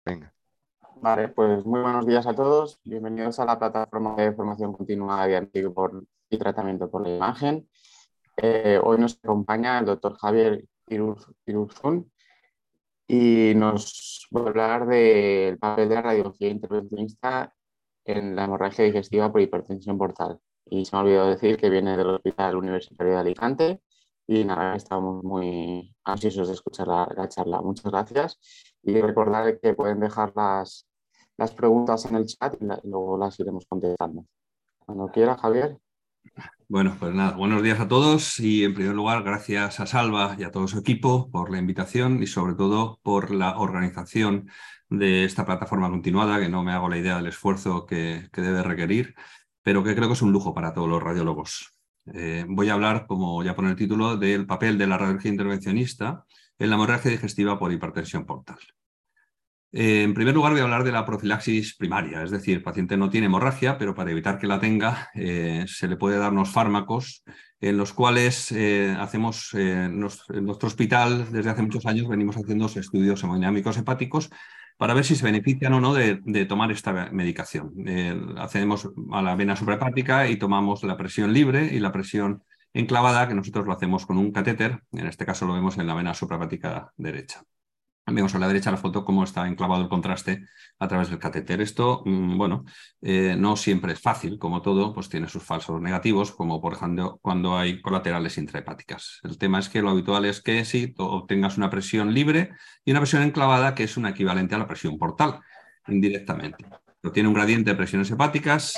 Venga. Vale, pues muy buenos días a todos. Bienvenidos a la plataforma de formación continua de diagnóstico y tratamiento por la imagen. Hoy nos acompaña el doctor Javier Irurzun y nos va a hablar del papel de la radiología intervencionista en la hemorragia digestiva por hipertensión portal. Y se me ha olvidado decir que viene del Hospital Universitario de Alicante y nada, estamos muy ansiosos de escuchar la charla. Muchas gracias y recordar que pueden dejar las preguntas en el chat y luego las iremos contestando. Cuando quiera, Javier. Bueno, pues nada, buenos días a todos y en primer lugar gracias a Salva y a todo su equipo por la invitación y sobre todo por la organización de esta plataforma continuada, que no me hago la idea del esfuerzo que debe requerir, pero que creo que es un lujo para todos los radiólogos. Voy a hablar, como ya pone el título, del papel de la radiología intervencionista en la hemorragia digestiva por hipertensión portal. En primer lugar, voy a hablar de la profilaxis primaria, es decir, el paciente no tiene hemorragia, pero para evitar que la tenga se le puede dar unos fármacos en los cuales en nuestro hospital desde hace muchos años venimos haciendo estudios hemodinámicos hepáticos para ver si se benefician o no de tomar esta medicación. Hacemos a la vena suprahepática y tomamos la presión libre y la presión enclavada, que nosotros lo hacemos con un catéter, en este caso lo vemos en la vena suprahepática derecha. Vemos a la derecha la foto cómo está enclavado el contraste a través del catéter. Esto, no siempre es fácil, como todo, pues tiene sus falsos negativos, como por ejemplo cuando hay colaterales intrahepáticas. El tema es que lo habitual es que sí obtengas una presión libre y una presión enclavada que es una equivalente a la presión portal, indirectamente. Pero tiene un gradiente de presiones hepáticas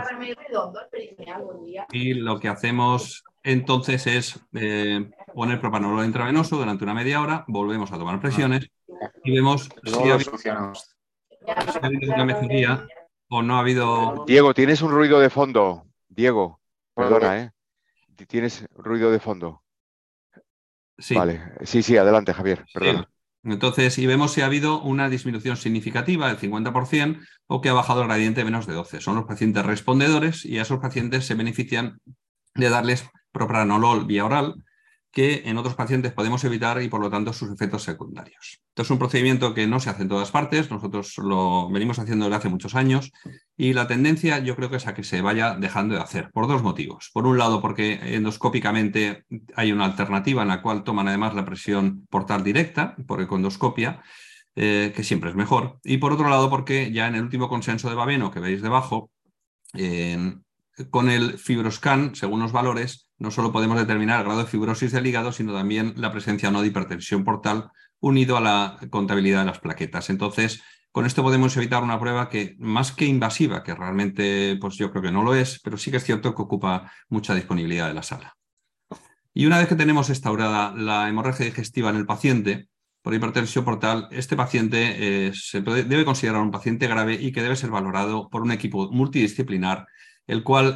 y lo que hacemos entonces es poner propanolol intravenoso durante una media hora, volvemos a tomar presiones y vemos Luego si ha lo habido solucionamos. una mejoría o no ha habido... Diego, tienes un ruido de fondo. Diego, Porque perdona, ¿eh? Tienes ruido de fondo. Sí, Vale. Sí, adelante, Javier, sí. perdona. Entonces, y vemos si ha habido una disminución significativa del 50% o que ha bajado el gradiente de menos de 12. Son los pacientes respondedores y a esos pacientes se benefician de darles propranolol vía oral, que en otros pacientes podemos evitar y por lo tanto sus efectos secundarios. Esto es un procedimiento que no se hace en todas partes, nosotros lo venimos haciendo desde hace muchos años y la tendencia yo creo que es a que se vaya dejando de hacer por dos motivos. Por un lado, porque endoscópicamente hay una alternativa en la cual toman además la presión portal directa por econdoscopia, que siempre es mejor. Y por otro lado, porque ya en el último consenso de Baveno que veis debajo, con el FibroScan, según los valores, no solo podemos determinar el grado de fibrosis del hígado, sino también la presencia o no de hipertensión portal unido a la contabilidad de las plaquetas. Entonces, con esto podemos evitar una prueba que, más que invasiva, que realmente pues yo creo que no lo es, pero sí que es cierto que ocupa mucha disponibilidad de la sala. Y una vez que tenemos instaurada la hemorragia digestiva en el paciente por hipertensión portal, este paciente debe considerar un paciente grave y que debe ser valorado por un equipo multidisciplinar, el cual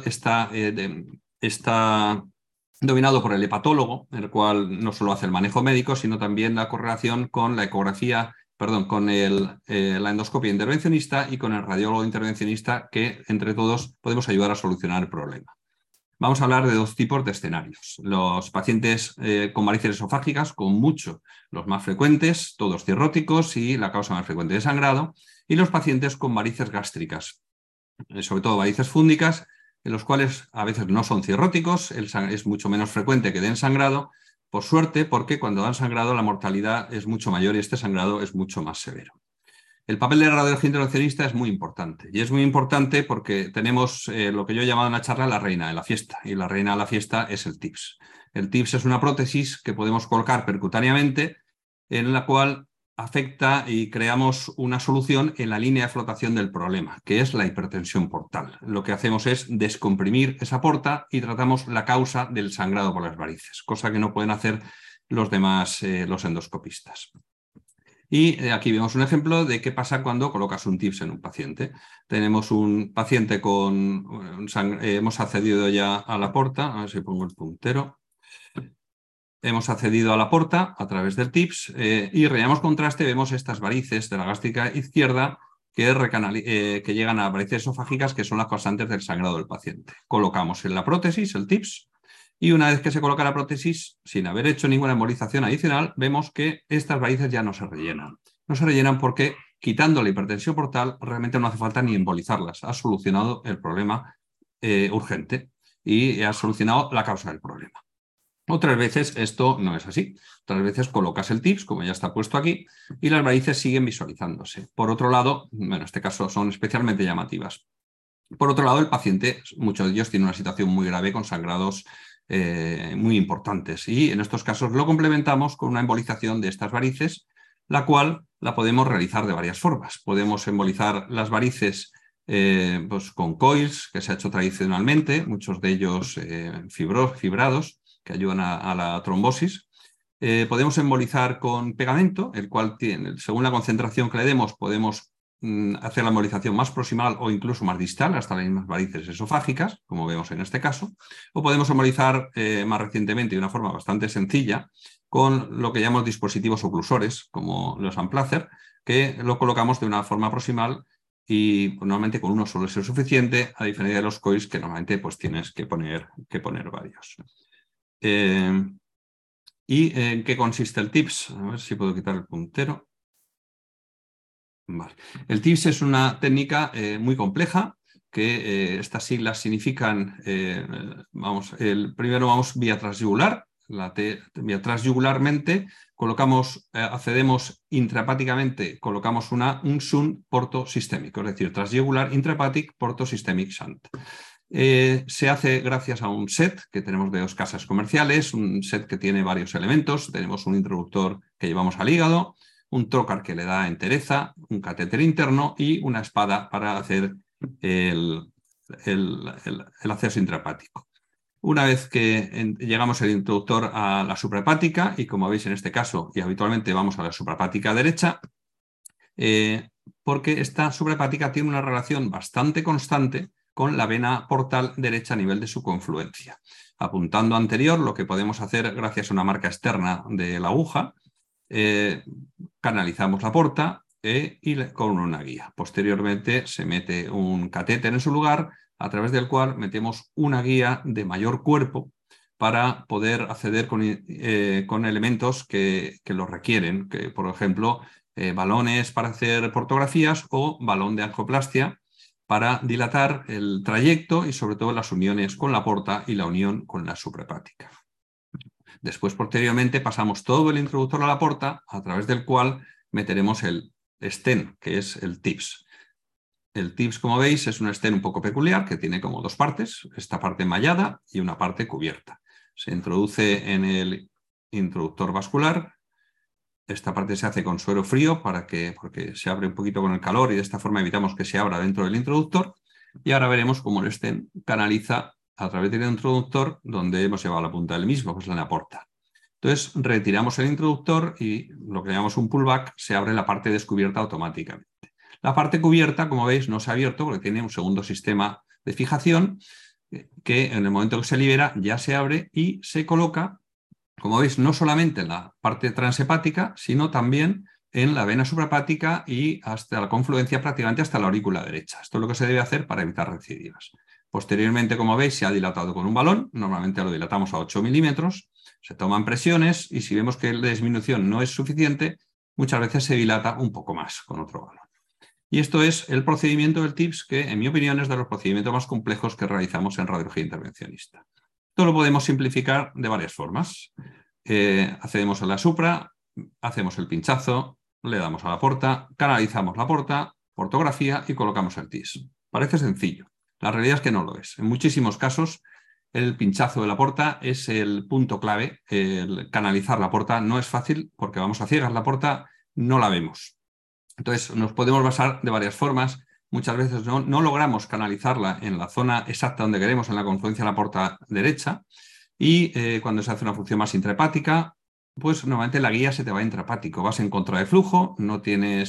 está dominado por el hepatólogo, el cual no solo hace el manejo médico, sino también la correlación con la ecografía, perdón, con la endoscopia intervencionista y con el radiólogo intervencionista, que entre todos podemos ayudar a solucionar el problema. Vamos a hablar de dos tipos de escenarios. Los pacientes con varices esofágicas, con mucho, los más frecuentes, todos cirróticos y la causa más frecuente de sangrado, y los pacientes con varices gástricas, sobre todo varices fúngicas, en los cuales a veces no son cirróticos, es mucho menos frecuente que den sangrado, por suerte, porque cuando dan sangrado la mortalidad es mucho mayor y este sangrado es mucho más severo. El papel de la radiología intervencionista es muy importante y es muy importante porque tenemos lo que yo he llamado en la charla la reina de la fiesta y la reina de la fiesta es el TIPS. El TIPS es una prótesis que podemos colocar percutáneamente en la cual afecta y creamos una solución en la línea de flotación del problema, que es la hipertensión portal. Lo que hacemos es descomprimir esa porta y tratamos la causa del sangrado por las varices, cosa que no pueden hacer los demás, los endoscopistas. Y aquí vemos un ejemplo de qué pasa cuando colocas un TIPS en un paciente. Tenemos un paciente hemos accedido ya a la porta, a ver si pongo el puntero. Hemos accedido a la porta a través del TIPS y rellenamos contraste, vemos estas varices de la gástrica izquierda que llegan a varices esofágicas, que son las causantes del sangrado del paciente. Colocamos en la prótesis el TIPS y una vez que se coloca la prótesis, sin haber hecho ninguna embolización adicional, vemos que estas varices ya no se rellenan. No se rellenan porque quitando la hipertensión portal, realmente no hace falta ni embolizarlas. Has solucionado el problema urgente y has solucionado la causa del problema. Otras veces esto no es así. Otras veces colocas el TIPS, como ya está puesto aquí, y las varices siguen visualizándose. Por otro lado, bueno, en este caso son especialmente llamativas. Por otro lado, el paciente, muchos de ellos tienen una situación muy grave con sangrados muy importantes y en estos casos lo complementamos con una embolización de estas varices, la cual la podemos realizar de varias formas. Podemos embolizar las varices pues con coils, que se ha hecho tradicionalmente, muchos de ellos fibrados, que ayudan a la trombosis. Podemos embolizar con pegamento, el cual tiene, según la concentración que le demos, podemos hacer la embolización más proximal o incluso más distal hasta las mismas varices esofágicas, como vemos en este caso, o podemos embolizar más recientemente de una forma bastante sencilla con lo que llamamos dispositivos oclusores, como los Amplacer, que lo colocamos de una forma proximal y normalmente con uno solo es suficiente, a diferencia de los coils que normalmente pues, tienes que poner varios. ¿Y en qué consiste el TIPS? A ver si puedo quitar el puntero. Vale. El TIPS es una técnica muy compleja, que estas siglas significan, primero vamos vía transyugular, vía transyugularmente, colocamos, accedemos intrahepáticamente, colocamos un shunt portosistémico, es decir, transyugular intrahepatic portosystemic shunt. Se hace gracias a un set que tenemos de 2 casas comerciales, un set que tiene varios elementos. Tenemos un introductor que llevamos al hígado, un trocar que le da entereza, un catéter interno y una espada para hacer el acceso intrahepático. Una vez que llegamos el introductor a la suprahepática, y como veis en este caso, y habitualmente vamos a la suprahepática derecha, porque esta suprahepática tiene una relación bastante constante con la vena portal derecha a nivel de su confluencia. Apuntando anterior, lo que podemos hacer gracias a una marca externa de la aguja, canalizamos la porta y con una guía. Posteriormente se mete un catéter en su lugar, a través del cual metemos una guía de mayor cuerpo para poder acceder con elementos que lo requieren, que por ejemplo balones para hacer portografías o balón de angioplastia para dilatar el trayecto y sobre todo las uniones con la porta y la unión con la suprahepática. Después, posteriormente, pasamos todo el introductor a la porta, a través del cual meteremos el stent, que es el TIPS. El TIPS, como veis, es un stent un poco peculiar, que tiene como 2 partes, esta parte mallada y una parte cubierta. Se introduce en el introductor vascular. Esta parte se hace con suero frío porque se abre un poquito con el calor y de esta forma evitamos que se abra dentro del introductor. Y ahora veremos cómo el stent canaliza a través del introductor donde hemos llevado la punta del mismo, pues la porta. Entonces retiramos el introductor y lo que llamamos un pullback, se abre la parte descubierta automáticamente. La parte cubierta, como veis, no se ha abierto porque tiene un segundo sistema de fijación que en el momento que se libera ya se abre y se coloca, como veis, no solamente en la parte transhepática, sino también en la vena suprahepática y hasta la confluencia, prácticamente hasta la aurícula derecha. Esto es lo que se debe hacer para evitar recidivas. Posteriormente, como veis, se ha dilatado con un balón. Normalmente lo dilatamos a 8 milímetros. Se toman presiones y si vemos que la disminución no es suficiente, muchas veces se dilata un poco más con otro balón. Y esto es el procedimiento del TIPS, que en mi opinión es de los procedimientos más complejos que realizamos en radiología intervencionista. Esto lo podemos simplificar de varias formas. Accedemos a la supra, hacemos el pinchazo, le damos a la porta, canalizamos la porta, portografía y colocamos el TIPS. Parece sencillo. La realidad es que no lo es. En muchísimos casos el pinchazo de la porta es el punto clave. El canalizar la porta no es fácil porque vamos a ciegas, la porta no la vemos. Entonces nos podemos basar de varias formas. Muchas veces no logramos canalizarla en la zona exacta donde queremos, en la confluencia de la porta derecha, y cuando se hace una función más intrahepática, pues normalmente la guía se te va intrahepático. Vas en contra de flujo, no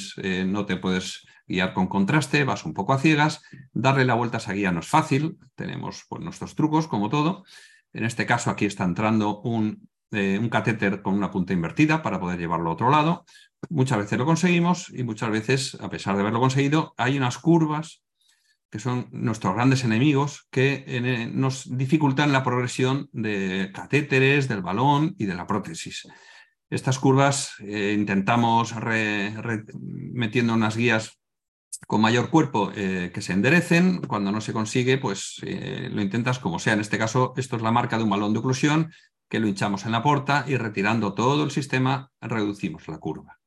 te puedes guiar con contraste, vas un poco a ciegas. Darle la vuelta a esa guía no es fácil, tenemos pues, nuestros trucos como todo. En este caso aquí está entrando un catéter con una punta invertida para poder llevarlo a otro lado. Muchas veces lo conseguimos y muchas veces, a pesar de haberlo conseguido, hay unas curvas que son nuestros grandes enemigos que nos dificultan la progresión de catéteres, del balón y de la prótesis. Estas curvas intentamos metiendo unas guías con mayor cuerpo que se enderecen. Cuando no se consigue, pues lo intentas como sea. En este caso, esto es la marca de un balón de oclusión que lo hinchamos en la porta y retirando todo el sistema reducimos la curva.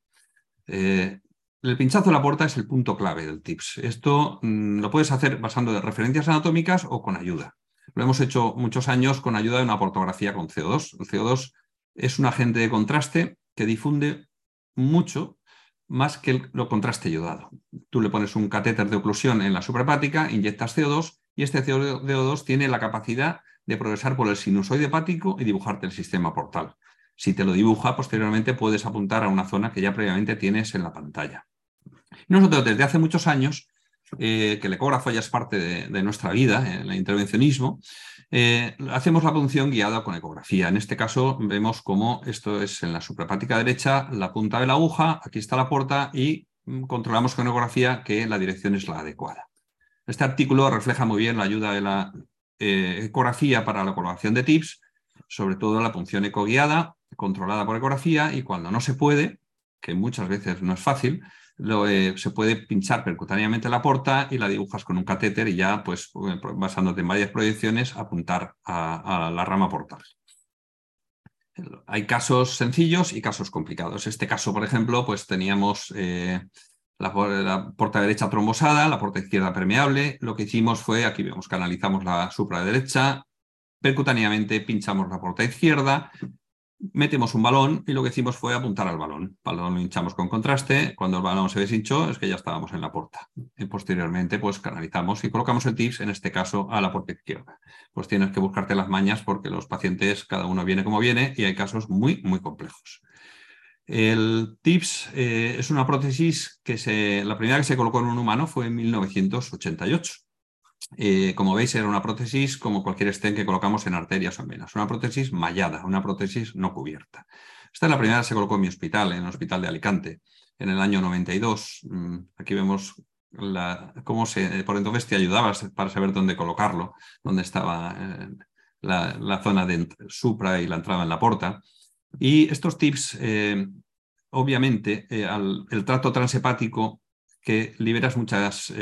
El pinchazo de la porta es el punto clave del TIPS. Esto lo puedes hacer basando de referencias anatómicas o con ayuda. Lo hemos hecho muchos años con ayuda de una portografía con CO2. El CO2 es un agente de contraste que difunde mucho más que el contraste iodado. Tú le pones un catéter de oclusión en la suprahepática, inyectas CO2 y este CO2 tiene la capacidad de progresar por el sinusoide hepático y dibujarte el sistema portal. Si te lo dibuja, posteriormente puedes apuntar a una zona que ya previamente tienes en la pantalla. Nosotros desde hace muchos años, que el ecógrafo ya es parte de nuestra vida, en el intervencionismo, hacemos la punción guiada con ecografía. En este caso vemos cómo esto es en la suprahepática derecha, la punta de la aguja, aquí está la porta y controlamos con ecografía que la dirección es la adecuada. Este artículo refleja muy bien la ayuda de la ecografía para la colocación de TIPS, sobre todo la punción ecoguiada, controlada por ecografía, y cuando no se puede, que muchas veces no es fácil, se puede pinchar percutáneamente la porta y la dibujas con un catéter y ya, pues, basándote en varias proyecciones, apuntar a la rama portal. Hay casos sencillos y casos complicados. Este caso, por ejemplo, pues teníamos la porta derecha trombosada, la porta izquierda permeable. Lo que hicimos fue, aquí vemos que analizamos la supra derecha, percutáneamente pinchamos la porta izquierda, metemos un balón y lo que hicimos fue apuntar al balón. El balón lo hinchamos con contraste. Cuando el balón se deshinchó es que ya estábamos en la porta. Y posteriormente pues canalizamos y colocamos el TIPS, en este caso, a la porta izquierda. Pues tienes que buscarte las mañas porque los pacientes, cada uno viene como viene y hay casos muy, muy complejos. El TIPS es una prótesis que la primera que se colocó en un humano fue en 1988. Como veis, era una prótesis como cualquier stent que colocamos en arterias o en venas. Una prótesis mallada, una prótesis no cubierta. Esta es la primera que se colocó en mi hospital, en el hospital de Alicante, en el año 92. Aquí vemos cómo por entonces te ayudabas para saber dónde colocarlo, dónde estaba la zona de supra y la entrada en la porta. Y estos TIPS, obviamente, el trato transhepático, que liberas muchas...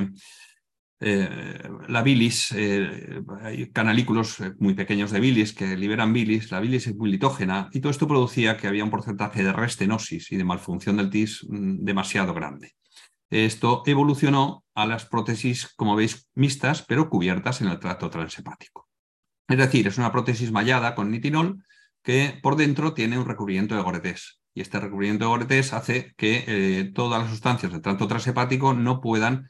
la bilis, hay canalículos muy pequeños de bilis que liberan bilis, la bilis es muy litógena y todo esto producía que había un porcentaje de restenosis y de malfunción del TIS demasiado grande. Esto evolucionó a las prótesis, como veis, mixtas, pero cubiertas en el tracto transhepático. Es decir, es una prótesis mallada con nitinol que por dentro tiene un recubrimiento de Gore-Tex. Y este recubrimiento de Gore-Tex hace que todas las sustancias del tracto transhepático no puedan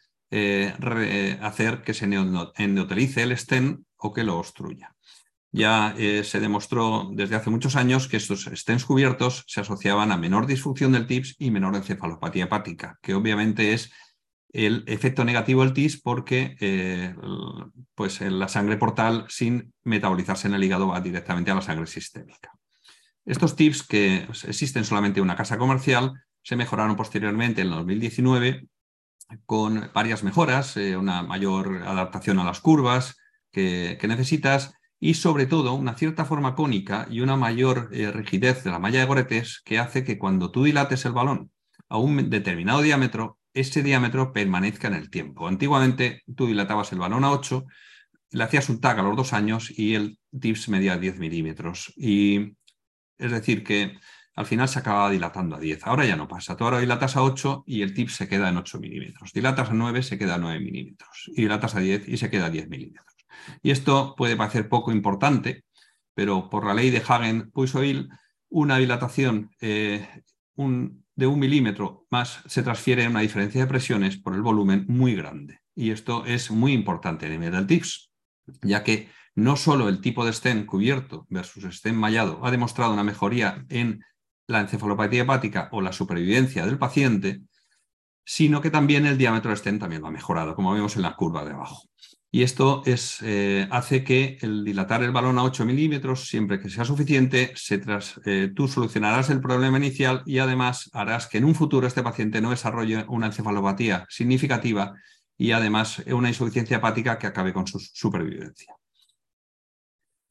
hacer que se endotelice el stent o que lo obstruya. Ya se demostró desde hace muchos años que estos stents cubiertos se asociaban a menor disfunción del TIPS y menor encefalopatía hepática, que obviamente es el efecto negativo del TIS porque pues la sangre portal, sin metabolizarse en el hígado, va directamente a la sangre sistémica. Estos TIPS, que existen solamente en una casa comercial, se mejoraron posteriormente en el 2019 con varias mejoras, una mayor adaptación a las curvas que necesitas y sobre todo una cierta forma cónica y una mayor rigidez de la malla de Gore-Tex que hace que cuando tú dilates el balón a un determinado diámetro, ese diámetro permanezca en el tiempo. Antiguamente tú dilatabas el balón a 8, le hacías un tag a los 2 años y el TIPS medía 10 milímetros. Y es decir que al final se acaba dilatando a 10. Ahora ya no pasa. Tú ahora dilatas a 8 y el TIPS se queda en 8 milímetros. Dilatas a 9, se queda a 9 milímetros. Y dilatas a 10 y se queda a 10 milímetros. Y esto puede parecer poco importante, pero por la ley de Hagen-Poiseuille, una dilatación de 1 milímetro más se transfiere una diferencia de presiones por el volumen muy grande. Y esto es muy importante en el nivel del TIPS, ya que no solo el tipo de stent cubierto versus stent mallado ha demostrado una mejoría en la encefalopatía hepática o la supervivencia del paciente, sino que también el diámetro del stent también lo ha mejorado, como vemos en la curva de abajo. Y esto hace que el dilatar el balón a 8 milímetros, siempre que sea suficiente, tú solucionarás el problema inicial y además harás que en un futuro este paciente no desarrolle una encefalopatía significativa y además una insuficiencia hepática que acabe con su supervivencia.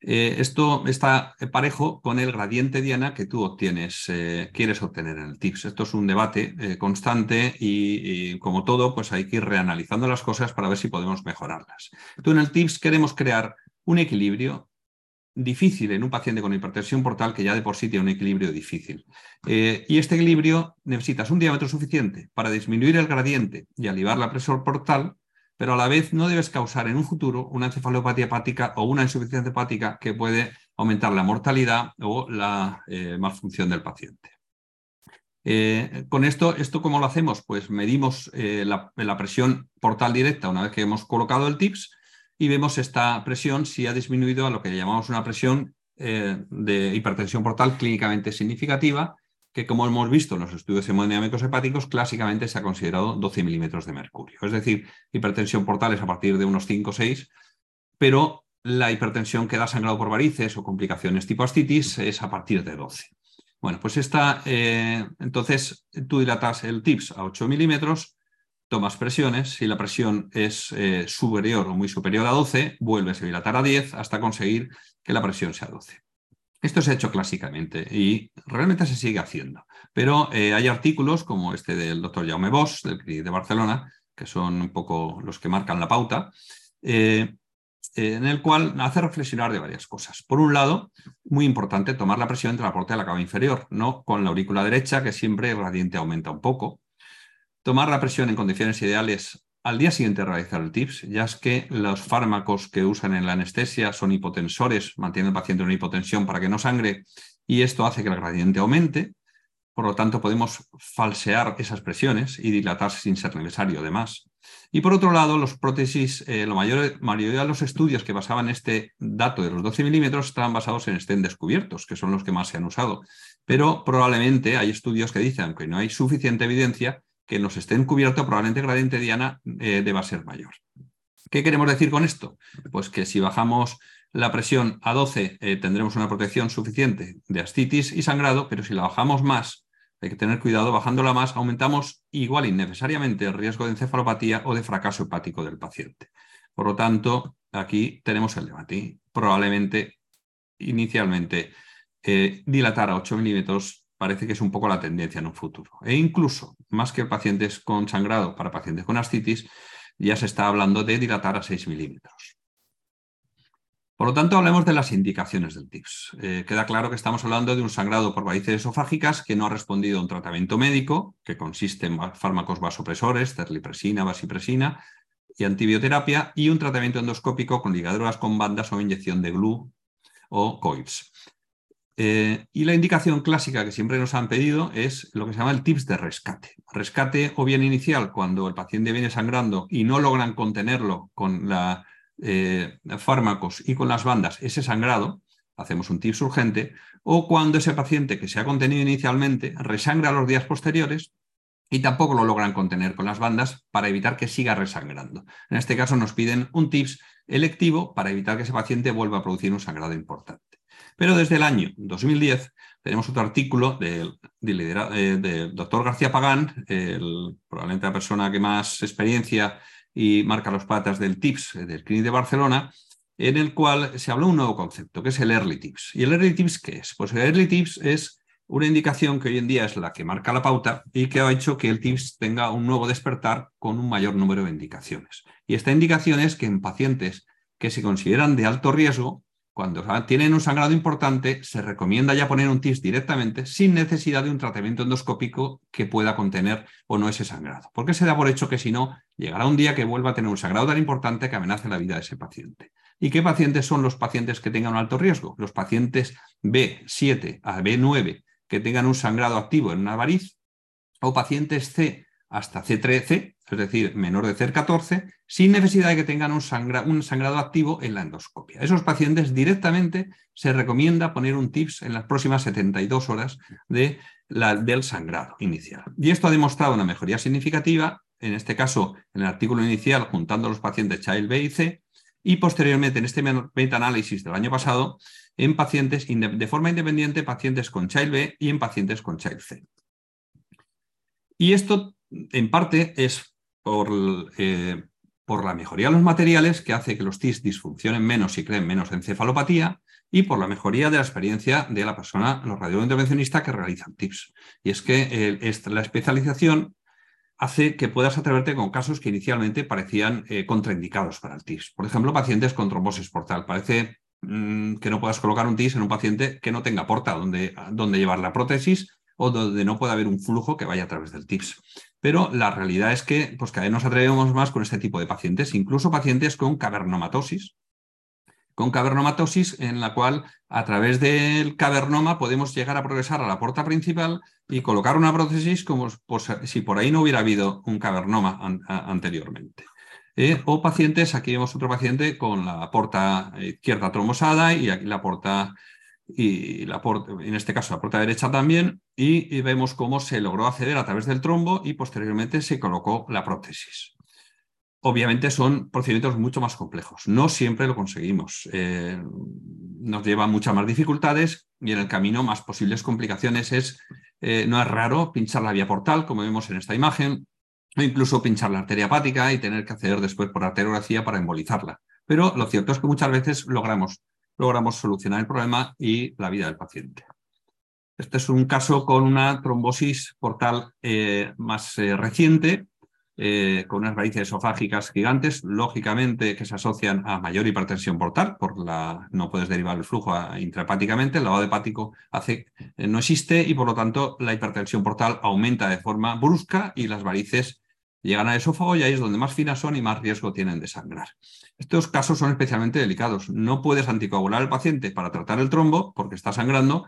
Esto está parejo con el gradiente diana que tú obtienes, quieres obtener en el TIPS. Esto es un debate constante y como todo, pues hay que ir reanalizando las cosas para ver si podemos mejorarlas. Tú en el TIPS queremos crear un equilibrio difícil en un paciente con hipertensión portal que ya de por sí tiene un equilibrio difícil. Y este equilibrio necesitas un diámetro suficiente para disminuir el gradiente y aliviar la presión portal, pero a la vez no debes causar en un futuro una encefalopatía hepática o una insuficiencia hepática que puede aumentar la mortalidad o la malfunción del paciente. Con esto ¿cómo lo hacemos? Pues medimos la presión portal directa una vez que hemos colocado el TIPS y vemos esta presión si ha disminuido a lo que llamamos una presión de hipertensión portal clínicamente significativa, que como hemos visto en los estudios hemodinámicos hepáticos, clásicamente se ha considerado 12 milímetros de mercurio. Es decir, hipertensión portal es a partir de unos 5 o 6, pero la hipertensión que da sangrado por varices o complicaciones tipo ascitis es a partir de 12. Bueno, pues entonces tú dilatas el TIPS a 8 milímetros, tomas presiones, si la presión es superior o muy superior a 12, vuelves a dilatar a 10 hasta conseguir que la presión sea 12. Esto se ha hecho clásicamente y realmente se sigue haciendo, pero hay artículos como este del doctor Jaume Bosch, del CNIC de Barcelona, que son un poco los que marcan la pauta, en el cual hace reflexionar de varias cosas. Por un lado, muy importante tomar la presión entre la aporta y la cava inferior, no con la aurícula derecha, que siempre el gradiente aumenta un poco. Tomar la presión en condiciones ideales al día siguiente de realizar el TIPS, ya es que los fármacos que usan en la anestesia son hipotensores, mantienen al paciente en una hipotensión para que no sangre y esto hace que el gradiente aumente. Por lo tanto, podemos falsear esas presiones y dilatar sin ser necesario, además. Y por otro lado, los prótesis, la mayoría de los estudios que basaban este dato de los 12 milímetros estaban basados en stent descubiertos, que son los que más se han usado. Pero probablemente hay estudios que dicen, aunque no hay suficiente evidencia, que en los stent cubiertos probablemente el gradiente diana deba ser mayor. ¿Qué queremos decir con esto? Pues que si bajamos la presión a 12 tendremos una protección suficiente de ascitis y sangrado, pero si la bajamos más, hay que tener cuidado, bajándola más, aumentamos igual innecesariamente el riesgo de encefalopatía o de fracaso hepático del paciente. Por lo tanto, aquí tenemos el debate. Probablemente, inicialmente, dilatar a 8 milímetros parece que es un poco la tendencia en un futuro. E incluso, más que pacientes con sangrado, para pacientes con ascitis, ya se está hablando de dilatar a 6 milímetros. Por lo tanto, hablemos de las indicaciones del TIPS. Queda claro que estamos hablando de un sangrado por varices esofágicas que no ha respondido a un tratamiento médico, que consiste en fármacos vasopresores, terlipresina, vasopresina y antibioterapia, y un tratamiento endoscópico con ligaduras con bandas o inyección de glue o coils. Y la indicación clásica que siempre nos han pedido es lo que se llama el TIPS de rescate. Rescate o bien inicial cuando el paciente viene sangrando y no logran contenerlo con fármacos y con las bandas ese sangrado, hacemos un TIPS urgente, o cuando ese paciente que se ha contenido inicialmente resangra los días posteriores y tampoco lo logran contener con las bandas para evitar que siga resangrando. En este caso nos piden un TIPS electivo para evitar que ese paciente vuelva a producir un sangrado importante. Pero desde el año 2010 tenemos otro artículo del doctor García Pagán, probablemente la persona que más experiencia y marca los patas del TIPS del CNIC de Barcelona, en el cual se habló de un nuevo concepto, que es el Early TIPS. ¿Y el Early TIPS qué es? Pues el Early TIPS es una indicación que hoy en día es la que marca la pauta y que ha hecho que el TIPS tenga un nuevo despertar con un mayor número de indicaciones. Y esta indicación es que en pacientes que se consideran de alto riesgo, cuando tienen un sangrado importante, se recomienda ya poner un TIPS directamente sin necesidad de un tratamiento endoscópico que pueda contener o no ese sangrado. Porque se da por hecho que si no, llegará un día que vuelva a tener un sangrado tan importante que amenace la vida de ese paciente. ¿Y qué pacientes son los pacientes que tengan un alto riesgo? Los pacientes B7 a B9 que tengan un sangrado activo en una variz o pacientes C hasta C13, es decir, menor de C14, sin necesidad de que tengan un sangrado activo en la endoscopia. Esos pacientes directamente se recomienda poner un TIPS en las próximas 72 horas del sangrado inicial. Y esto ha demostrado una mejoría significativa, en este caso, en el artículo inicial, juntando a los pacientes Child B y C, y posteriormente en este metaanálisis del año pasado, en pacientes de forma independiente, pacientes con Child B y en pacientes con Child C. Y esto, en parte, es por la mejoría de los materiales que hace que los TIPS disfuncionen menos y creen menos encefalopatía, y por la mejoría de la experiencia de la persona, los radiólogos intervencionistas que realizan TIPS. Y es que la especialización hace que puedas atreverte con casos que inicialmente parecían contraindicados para el TIPS. Por ejemplo, pacientes con trombosis portal. Parece que no puedas colocar un TIPS en un paciente que no tenga porta donde llevar la prótesis o donde no pueda haber un flujo que vaya a través del TIPS. Pero la realidad es que pues, cada vez nos atrevemos más con este tipo de pacientes, incluso pacientes con cavernomatosis. Con cavernomatosis en la cual a través del cavernoma podemos llegar a progresar a la porta principal y colocar una prótesis como si por ahí no hubiera habido un cavernoma anteriormente. O pacientes, aquí vemos otro paciente con la porta izquierda trombosada y aquí la porta, en este caso la porta derecha también, y vemos cómo se logró acceder a través del trombo y posteriormente se colocó la prótesis. Obviamente son procedimientos mucho más complejos. No siempre lo conseguimos. Nos lleva muchas más dificultades y en el camino más posibles complicaciones. No es raro pinchar la vía portal, como vemos en esta imagen, o incluso pinchar la arteria hepática y tener que acceder después por arteriografía para embolizarla. Pero lo cierto es que muchas veces logramos solucionar el problema y la vida del paciente. Este es un caso con una trombosis portal más reciente, con unas varices esofágicas gigantes, lógicamente que se asocian a mayor hipertensión portal, no puedes derivar el flujo intrahepáticamente, el lavado hepático no existe y por lo tanto la hipertensión portal aumenta de forma brusca y las varices llegan al esófago y ahí es donde más finas son y más riesgo tienen de sangrar. Estos casos son especialmente delicados. No puedes anticoagular al paciente para tratar el trombo porque está sangrando,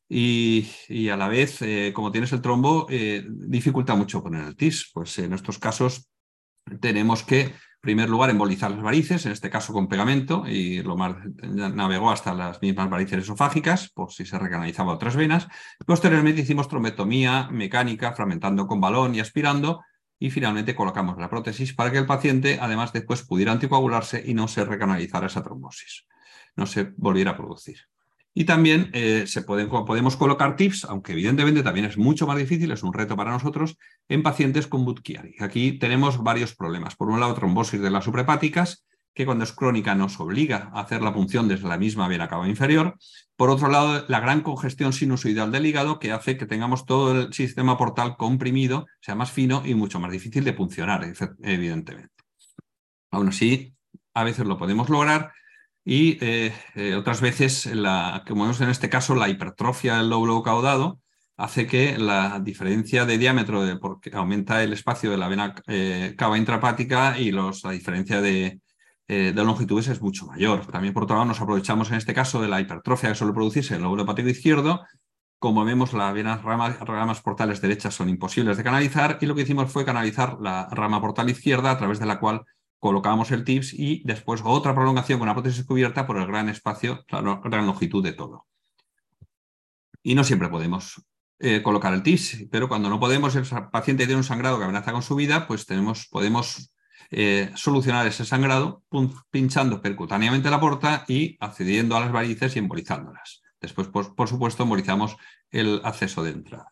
y a la vez, como tienes el trombo, dificulta mucho poner el TIS. Pues en estos casos tenemos que, en primer lugar, embolizar las varices, en este caso con pegamento, y navegó hasta las mismas varices esofágicas, por si se recanalizaba a otras venas. Posteriormente hicimos trombectomía mecánica, fragmentando con balón y aspirando, y finalmente colocamos la prótesis para que el paciente, además, después pudiera anticoagularse y no se recanalizara esa trombosis, no se volviera a producir. Y también podemos colocar TIPS, aunque evidentemente también es mucho más difícil, es un reto para nosotros, en pacientes con Budd-Chiari. Aquí tenemos varios problemas. Por un lado, trombosis de las suprahepáticas, que cuando es crónica nos obliga a hacer la punción desde la misma vena cava inferior. Por otro lado, la gran congestión sinusoidal del hígado, que hace que tengamos todo el sistema portal comprimido, sea más fino y mucho más difícil de puncionar, evidentemente. Aún así, a veces lo podemos lograr. Y otras veces, como vemos en este caso, la hipertrofia del lóbulo caudado hace que la diferencia de diámetro, porque aumenta el espacio de la vena cava intrahepática y la diferencia de longitudes es mucho mayor. También, por otro lado, nos aprovechamos en este caso de la hipertrofia que suele producirse en el lóbulo hepático izquierdo. Como vemos, las ramas portales derechas son imposibles de canalizar y lo que hicimos fue canalizar la rama portal izquierda a través de la cual colocamos el TIPS y después otra prolongación con la prótesis cubierta por el gran espacio, la gran longitud de todo. Y no siempre podemos colocar el TIPS, pero cuando no podemos, el paciente tiene un sangrado que amenaza con su vida, pues podemos solucionar ese sangrado pinchando percutáneamente la porta y accediendo a las varices y embolizándolas. Después, por supuesto, embolizamos el acceso de entrada.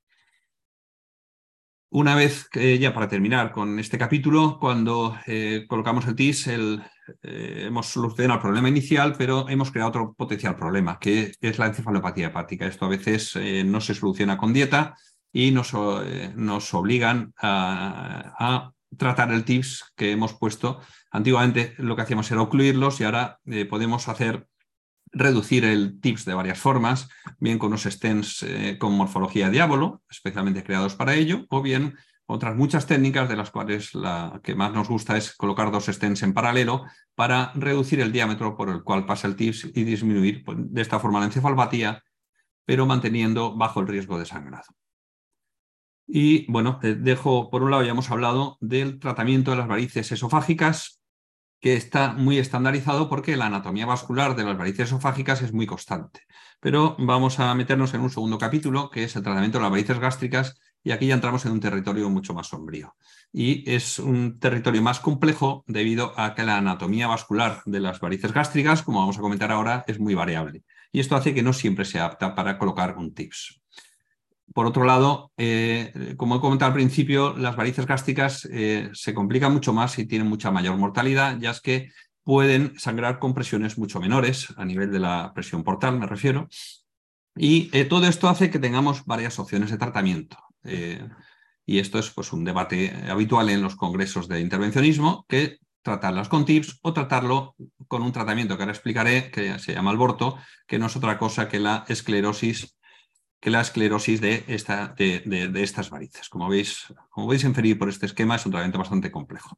Una vez que, ya para terminar con este capítulo, cuando colocamos el TIS, hemos solucionado el problema inicial, pero hemos creado otro potencial problema, que es la encefalopatía hepática. Esto a veces no se soluciona con dieta y nos obligan a tratar el TIS que hemos puesto. Antiguamente lo que hacíamos era ocluirlos y ahora podemos reducir el TIPS de varias formas, bien con unos stents con morfología diabolo, especialmente creados para ello, o bien otras muchas técnicas, de las cuales la que más nos gusta es colocar dos stents en paralelo para reducir el diámetro por el cual pasa el TIPS y disminuir de esta forma la encefalopatía, pero manteniendo bajo el riesgo de sangrado. Y bueno, por un lado ya hemos hablado del tratamiento de las varices esofágicas, que está muy estandarizado porque la anatomía vascular de las varices esofágicas es muy constante. Pero vamos a meternos en un segundo capítulo, que es el tratamiento de las varices gástricas, y aquí ya entramos en un territorio mucho más sombrío. Y es un territorio más complejo debido a que la anatomía vascular de las varices gástricas, como vamos a comentar ahora, es muy variable. Y esto hace que no siempre sea apta para colocar un TIPS. Por otro lado, como he comentado al principio, las varices gástricas se complican mucho más y tienen mucha mayor mortalidad, ya es que pueden sangrar con presiones mucho menores, a nivel de la presión portal me refiero, y todo esto hace que tengamos varias opciones de tratamiento. Y esto es pues, un debate habitual en los congresos de intervencionismo, que tratarlas con TIPS o tratarlo con un tratamiento que ahora explicaré, que se llama Alborto, que no es otra cosa que la esclerosis de estas varices. Como podéis inferir por este esquema, es un tratamiento bastante complejo.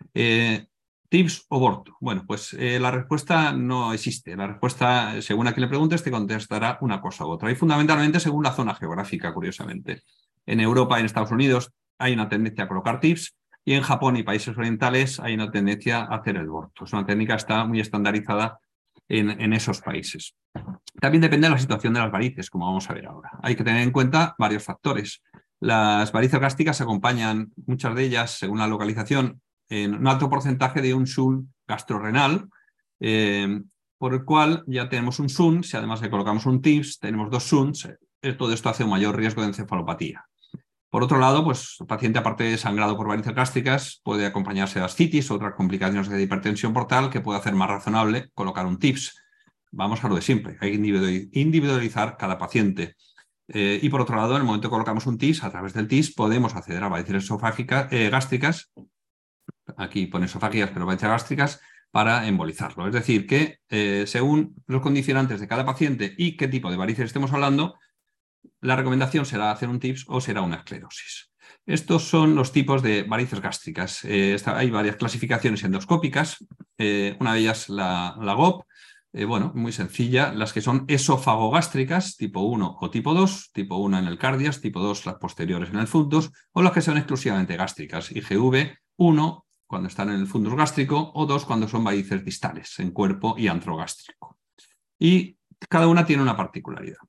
¿TIPS o Borto? Bueno, pues la respuesta no existe. La respuesta, según a quien le preguntes, te contestará una cosa u otra. Y fundamentalmente según la zona geográfica, curiosamente. En Europa y en Estados Unidos hay una tendencia a colocar TIPS, y en Japón y países orientales hay una tendencia a hacer el Borto. Es una técnica que está muy estandarizada en esos países. También depende de la situación de las varices, como vamos a ver ahora. Hay que tener en cuenta varios factores. Las varices gástricas se acompañan, muchas de ellas, según la localización, en un alto porcentaje de un shunt gastrorrenal, por el cual ya tenemos un shunt. Si además le colocamos un TIPS, tenemos dos shunts. Todo esto hace un mayor riesgo de encefalopatía. Por otro lado, pues el paciente, aparte de sangrado por varices gástricas, puede acompañarse de ascitis o otras complicaciones de hipertensión portal, que puede hacer más razonable colocar un TIPS. Vamos a lo de siempre, hay que individualizar cada paciente. Y por otro lado, en el momento que colocamos un TIPS, a través del TIPS podemos acceder a varices gástricas, aquí pone esofágicas, pero varices gástricas, para embolizarlo. Es decir, que según los condicionantes de cada paciente y qué tipo de varices estemos hablando, la recomendación será hacer un TIPS o será una esclerosis. Estos son los tipos de varices gástricas. Hay varias clasificaciones endoscópicas, una de ellas la GOP, bueno, muy sencilla, las que son esofagogástricas, tipo 1 o tipo 2, tipo 1 en el cardias, tipo 2 las posteriores en el fundus, o las que son exclusivamente gástricas, IgV 1 cuando están en el fundus gástrico o 2 cuando son varices distales, en cuerpo y antrogástrico. Y cada una tiene una particularidad.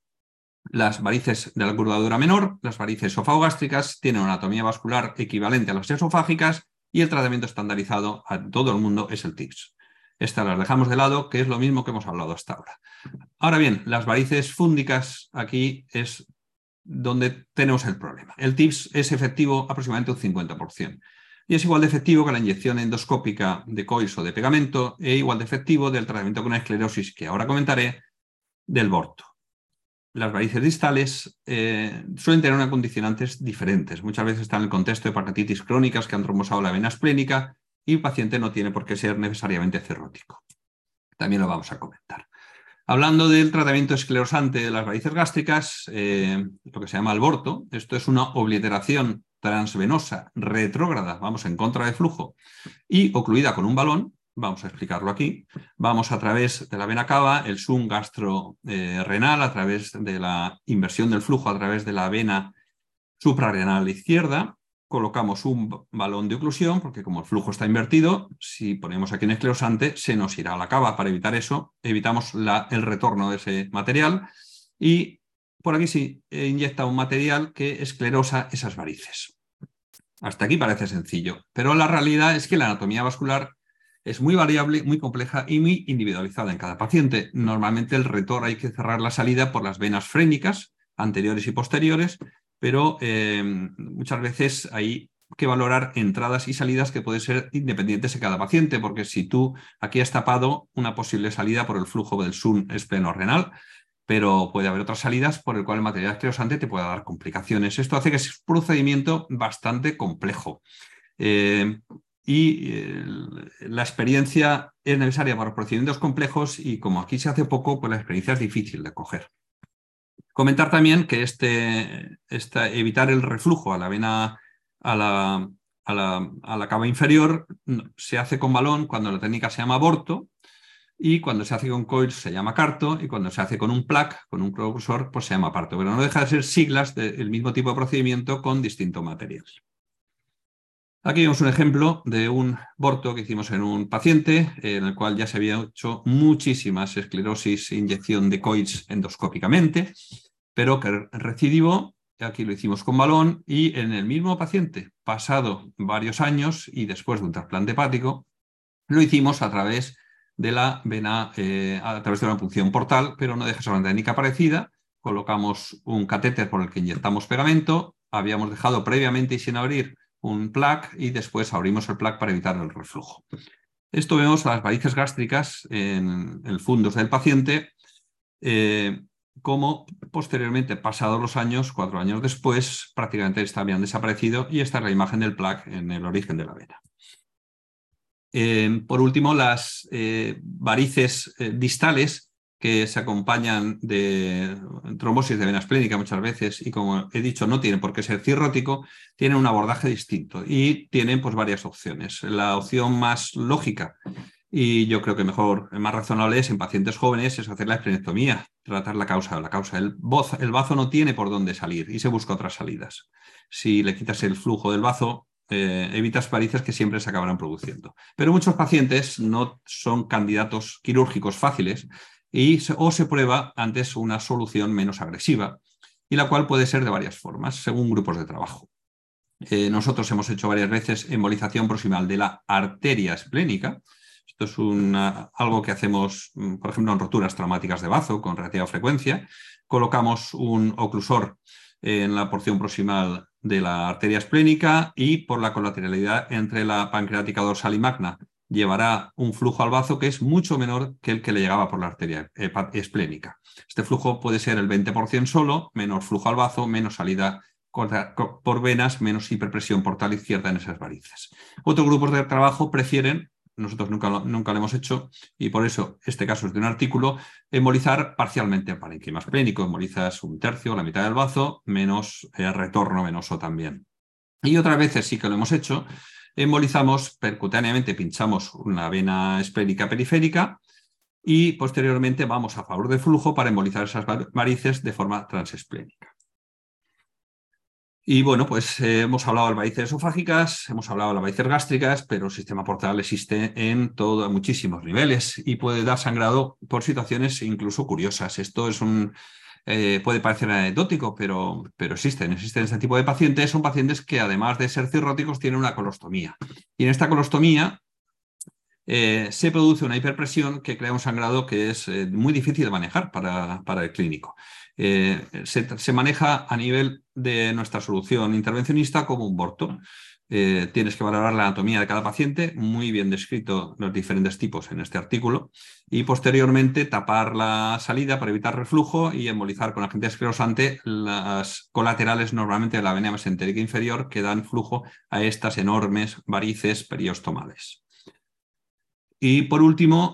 Las varices de la curvadura menor, las varices esofagogástricas, tienen una anatomía vascular equivalente a las esofágicas y el tratamiento estandarizado a todo el mundo es el TIPS. Estas las dejamos de lado, que es lo mismo que hemos hablado hasta ahora. Ahora bien, las varices fúndicas, aquí es donde tenemos el problema. El TIPS es efectivo aproximadamente un 50%. Y es igual de efectivo que la inyección endoscópica de COIS o de pegamento, e igual de efectivo del tratamiento con esclerosis, que ahora comentaré, del Borto. Las varices distales suelen tener unas condicionantes diferentes. Muchas veces están en el contexto de hepatitis crónicas que han trombosado la vena esplénica y el paciente no tiene por qué ser necesariamente cirrótico. También lo vamos a comentar. Hablando del tratamiento esclerosante de las varices gástricas, lo que se llama Alborto, esto es una obliteración transvenosa retrógrada, vamos en contra de flujo, y ocluida con un balón. Vamos a explicarlo aquí. Vamos a través de la vena cava, el shunt gastrorenal, a través de la inversión del flujo a través de la vena suprarrenal izquierda. Colocamos un balón de oclusión, porque como el flujo está invertido, si ponemos aquí un esclerosante, se nos irá a la cava. Para evitar eso, evitamos el retorno de ese material y por aquí sí inyecta un material que esclerosa esas varices. Hasta aquí parece sencillo, pero la realidad es que la anatomía vascular es muy variable, muy compleja y muy individualizada en cada paciente. Normalmente el retor hay que cerrar la salida por las venas frénicas, anteriores y posteriores, pero muchas veces hay que valorar entradas y salidas que pueden ser independientes de cada paciente, porque si tú aquí has tapado una posible salida por el flujo del shunt esplenorenal, pero puede haber otras salidas por el cual el material esclerosante te pueda dar complicaciones. Esto hace que es un procedimiento bastante complejo. La experiencia es necesaria para los procedimientos complejos y como aquí se hace poco, pues la experiencia es difícil de coger. Comentar también que evitar el reflujo a la vena, a la cava inferior, se hace con balón cuando la técnica se llama Borto, y cuando se hace con COIS se llama Carto, y cuando se hace con un PLAC, con un propulsor, pues se llama Parto. Pero no deja de ser siglas del mismo tipo de procedimiento con distinto material. Aquí vemos un ejemplo de un Borto que hicimos en un paciente en el cual ya se había hecho muchísimas esclerosis e inyección de COIS endoscópicamente, pero que recidivó. Aquí lo hicimos con balón y en el mismo paciente, pasado varios años y después de un trasplante hepático, lo hicimos a través de la vena, a través de una punción portal, pero no deja de ser una técnica parecida. Colocamos un catéter por el que inyectamos pegamento, habíamos dejado previamente y sin abrir un PLAC y después abrimos el PLAC para evitar el reflujo. Esto vemos las varices gástricas en el fundus del paciente, como posteriormente, pasados los años, 4 años después, prácticamente habían desaparecido, y esta es la imagen del plaque en el origen de la vena. Por último, las varices distales, que se acompañan de trombosis de vena esplénica muchas veces, y como he dicho, no tienen por qué ser cirrótico, tienen un abordaje distinto y tienen pues varias opciones. La opción más lógica, y yo creo que mejor, más razonable, es en pacientes jóvenes, es hacer la esplenectomía, tratar la causa. El bazo no tiene por dónde salir y se busca otras salidas. Si le quitas el flujo del bazo, evitas varices que siempre se acabarán produciendo. Pero muchos pacientes no son candidatos quirúrgicos fáciles o se prueba antes una solución menos agresiva, y la cual puede ser de varias formas, según grupos de trabajo. Nosotros hemos hecho varias veces embolización proximal de la arteria esplénica. Esto es algo que hacemos, por ejemplo, en roturas traumáticas de bazo con relativa frecuencia. Colocamos un oclusor en la porción proximal de la arteria esplénica y por la colateralidad entre la pancreática dorsal y magna llevará un flujo al bazo que es mucho menor que el que le llegaba por la arteria esplénica. Este flujo puede ser el 20% solo, menor flujo al bazo, menos salida por venas, menos hiperpresión portal izquierda en esas varices. Otros grupos de trabajo prefieren, nosotros nunca lo hemos hecho, y por eso este caso es de un artículo, embolizar parcialmente el parénquima esplénico. Embolizas un tercio, la mitad del bazo, menos retorno venoso también. Y otras veces sí que lo hemos hecho, embolizamos percutáneamente, pinchamos una vena esplénica periférica y posteriormente vamos a favor del flujo para embolizar esas varices de forma transesplénica. Y bueno, pues hemos hablado de las varices esofágicas, hemos hablado de las varices gástricas, pero el sistema portal existe en muchísimos niveles y puede dar sangrado por situaciones incluso curiosas. Esto es puede parecer anecdótico, pero existen este tipo de pacientes. Son pacientes que, además de ser cirróticos, tienen una colostomía. Y en esta colostomía se produce una hiperpresión que crea un sangrado que es muy difícil de manejar para el clínico. Se maneja a nivel de nuestra solución intervencionista como un borto. Tienes que valorar la anatomía de cada paciente, muy bien descrito los diferentes tipos en este artículo, y posteriormente tapar la salida para evitar reflujo y embolizar con agente esclerosante las colaterales, normalmente de la vena mesentérica inferior, que dan flujo a estas enormes varices periostomales. Y por último,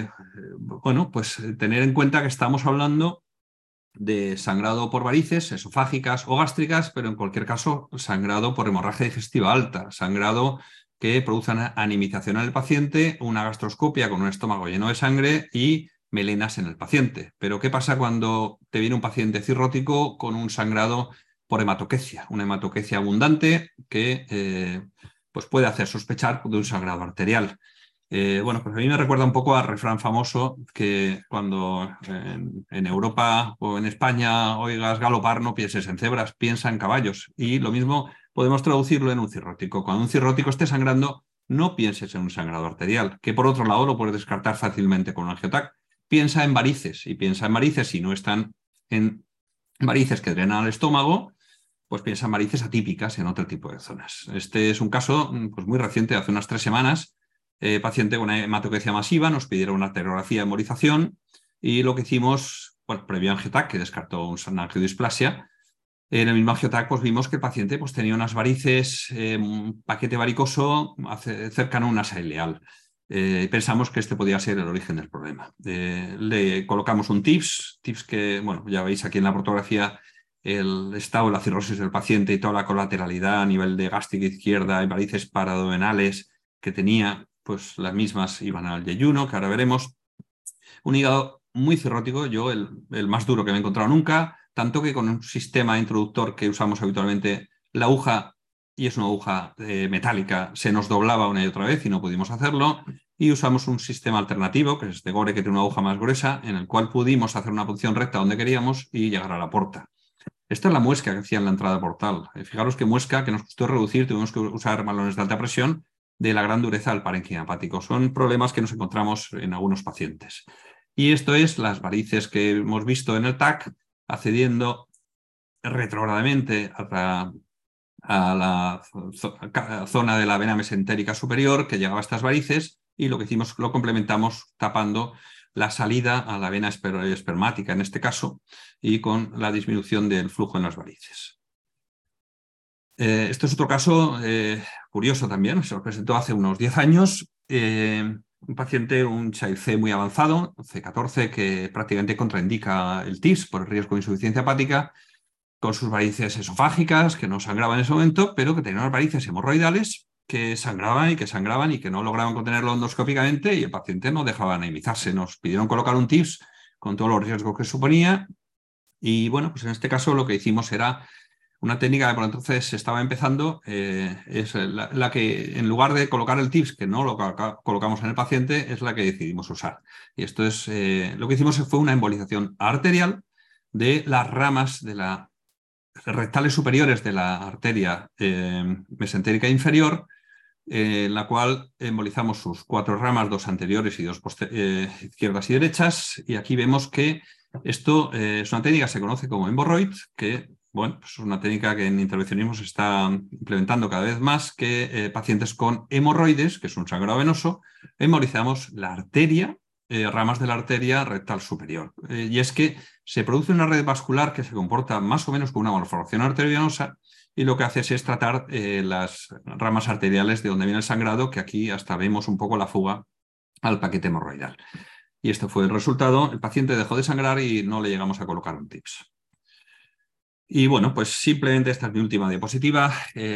bueno, pues tener en cuenta que estamos hablando de sangrado por varices esofágicas o gástricas, pero en cualquier caso sangrado por hemorragia digestiva alta, sangrado que produce una anemización en el paciente, una gastroscopia con un estómago lleno de sangre y melenas en el paciente. Pero ¿qué pasa cuando te viene un paciente cirrótico con un sangrado por hematoquecia? Una hematoquecia abundante que pues puede hacer sospechar de un sangrado arterial. Bueno, pues a mí me recuerda un poco al refrán famoso que cuando en Europa o en España oigas galopar, no pienses en cebras, piensa en caballos. Y lo mismo podemos traducirlo en un cirrótico. Cuando un cirrótico esté sangrando, no pienses en un sangrado arterial, que por otro lado lo puedes descartar fácilmente con un angiotac. Piensa en varices, y piensa en varices si no están en varices que drenan al estómago, pues piensa en varices atípicas en otro tipo de zonas. Este es un caso pues, muy reciente, hace unas 3 semanas. Paciente con una hematoquecia masiva, nos pidieron una arteriografía de embolización y lo que hicimos, bueno, previo angiotac, que descartó una angiodisplasia, en el mismo angiotac pues, vimos que el paciente pues, tenía unas varices, un paquete varicoso cercano a una asa ileal. Pensamos que este podía ser el origen del problema. Le colocamos un TIPS que, bueno, ya veis aquí en la fotografía el estado de la cirrosis del paciente y toda la colateralidad a nivel de gástrica izquierda y varices paraduodenales que tenía, pues las mismas iban al yeyuno, que ahora veremos. Un hígado muy cirrótico, yo el más duro que me he encontrado nunca, tanto que con un sistema introductor que usamos habitualmente, la aguja, y es una aguja metálica, se nos doblaba una y otra vez y no pudimos hacerlo, y usamos un sistema alternativo, que es este Gore, que tiene una aguja más gruesa, en el cual pudimos hacer una punción recta donde queríamos y llegar a la porta. Esta es la muesca que hacía en la entrada portal. Fijaros qué muesca que nos costó reducir, tuvimos que usar balones de alta presión, de la gran dureza del parénquima hepático. Son problemas que nos encontramos en algunos pacientes. Y esto es las varices que hemos visto en el TAC, accediendo retrógradamente a la zona de la vena mesentérica superior que llegaba a estas varices y lo que hicimos, lo complementamos tapando la salida a la vena espermática en este caso y con la disminución del flujo en las varices. Esto es otro caso curioso también, se lo presentó hace unos 10 años. Un paciente, un Child C muy avanzado, C14, que prácticamente contraindica el TIPS por el riesgo de insuficiencia hepática, con sus varices esofágicas, que no sangraban en ese momento, pero que tenían unas varices hemorroidales que sangraban y que no lograban contenerlo endoscópicamente y el paciente no dejaba anemizarse. Nos pidieron colocar un TIPS con todos los riesgos que suponía y bueno, pues en este caso lo que hicimos era una técnica que por entonces estaba empezando, es la que en lugar de colocar el TIPS, que no lo colocamos en el paciente, es la que decidimos usar. Y esto es, lo que hicimos fue una embolización arterial de las ramas de la rectales superiores de la arteria mesentérica inferior, en la cual embolizamos sus 4 ramas, 2 anteriores y 2 izquierdas y derechas. Y aquí vemos que esto es una técnica que se conoce como hemorroid, que bueno, pues es una técnica que en intervencionismo se está implementando cada vez más, que pacientes con hemorroides, que es un sangrado venoso, embolizamos la arteria, ramas de la arteria rectal superior. Y es que se produce una red vascular que se comporta más o menos como una malformación arteriovenosa y lo que hace es tratar las ramas arteriales de donde viene el sangrado, que aquí hasta vemos un poco la fuga al paquete hemorroidal. Y este fue el resultado. El paciente dejó de sangrar y no le llegamos a colocar un TIPS. Y bueno, pues simplemente esta es mi última diapositiva,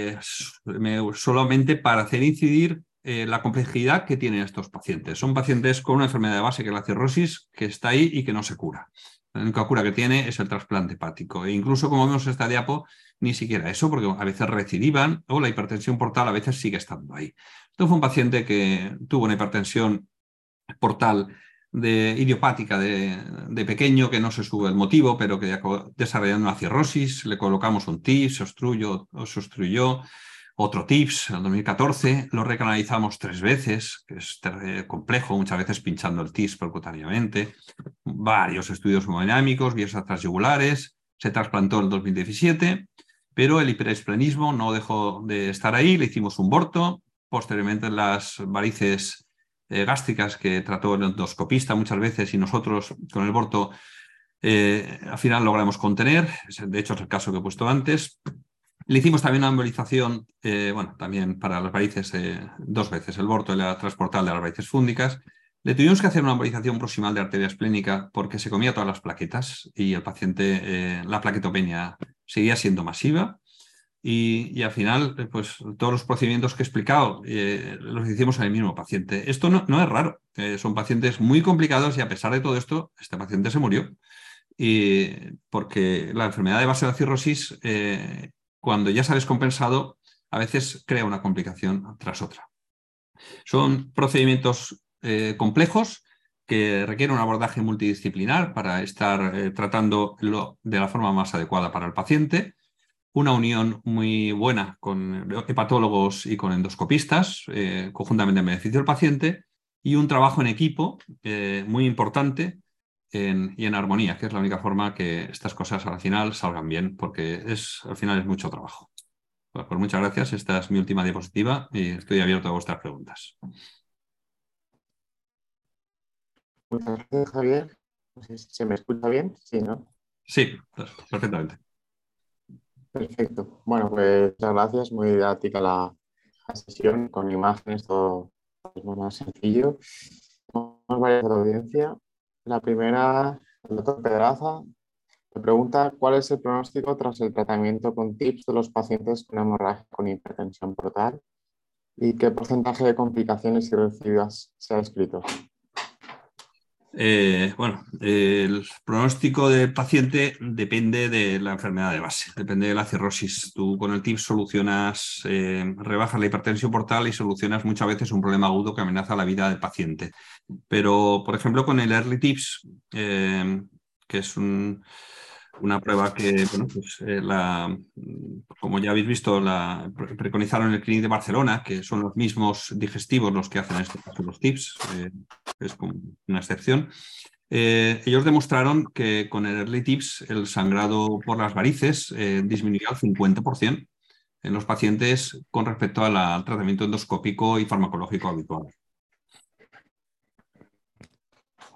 solamente para hacer incidir la complejidad que tienen estos pacientes. Son pacientes con una enfermedad de base que es la cirrosis, que está ahí y que no se cura. La única cura que tiene es el trasplante hepático. E incluso, como vemos en esta diapo, ni siquiera eso, porque a veces recidivan o la hipertensión portal a veces sigue estando ahí. Esto fue un paciente que tuvo una hipertensión portal idiopática de pequeño, que no se sube el motivo, pero que desarrollando una cirrosis, le colocamos un TIPS, se obstruyó, otro TIPS en el 2014, lo recanalizamos 3 veces, que es complejo, muchas veces pinchando el TIPS percutáneamente, varios estudios hemodinámicos, vías transyugulares, se trasplantó en el 2017, pero el hiperesplenismo no dejó de estar ahí, le hicimos un borto, posteriormente las varices gástricas que trató el endoscopista muchas veces y nosotros con el borto al final logramos contener, de hecho es el caso que he puesto antes. Le hicimos también una embolización, bueno, también para las varices 2 veces, el borto y la transportal de las varices fúngicas. Le tuvimos que hacer una embolización proximal de arteria esplénica porque se comía todas las plaquetas y el paciente, la plaquetopenia seguía siendo masiva. Y al final, pues todos los procedimientos que he explicado los hicimos en el mismo paciente. Esto no es raro, son pacientes muy complicados y a pesar de todo esto, este paciente se murió. Porque la enfermedad de base de la cirrosis, cuando ya se ha descompensado, a veces crea una complicación tras otra. Son procedimientos complejos que requieren un abordaje multidisciplinar para estar tratándolo de la forma más adecuada para el paciente. Una unión muy buena con hepatólogos y con endoscopistas, conjuntamente en beneficio del paciente, y un trabajo en equipo muy importante y en armonía, que es la única forma que estas cosas al final salgan bien, porque al final es mucho trabajo. Pues muchas gracias, esta es mi última diapositiva y estoy abierto a vuestras preguntas. Muchas gracias, Javier. No sé si se me escucha bien, sí, ¿no? Sí, perfectamente. Perfecto. Bueno, pues muchas gracias, muy didáctica la sesión, con imágenes, todo es muy más sencillo. Tenemos varias de la audiencia. La primera, el doctor Pedraza, me pregunta cuál es el pronóstico tras el tratamiento con TIPS de los pacientes con hemorragia con hipertensión portal y qué porcentaje de complicaciones y recidivas se ha descrito. Bueno, el pronóstico del paciente depende de la enfermedad de base, depende de la cirrosis. Tú con el TIPS solucionas, rebajas la hipertensión portal y solucionas muchas veces un problema agudo que amenaza la vida del paciente. Pero, por ejemplo, con el Early TIPS, que es una prueba que, bueno, pues, como ya habéis visto, la preconizaron en el Clínic de Barcelona, que son los mismos digestivos los que hacen en este caso los TIPS, es como una excepción. Ellos demostraron que con el Early TIPS el sangrado por las varices disminuía al 50% en los pacientes con respecto al tratamiento endoscópico y farmacológico habitual.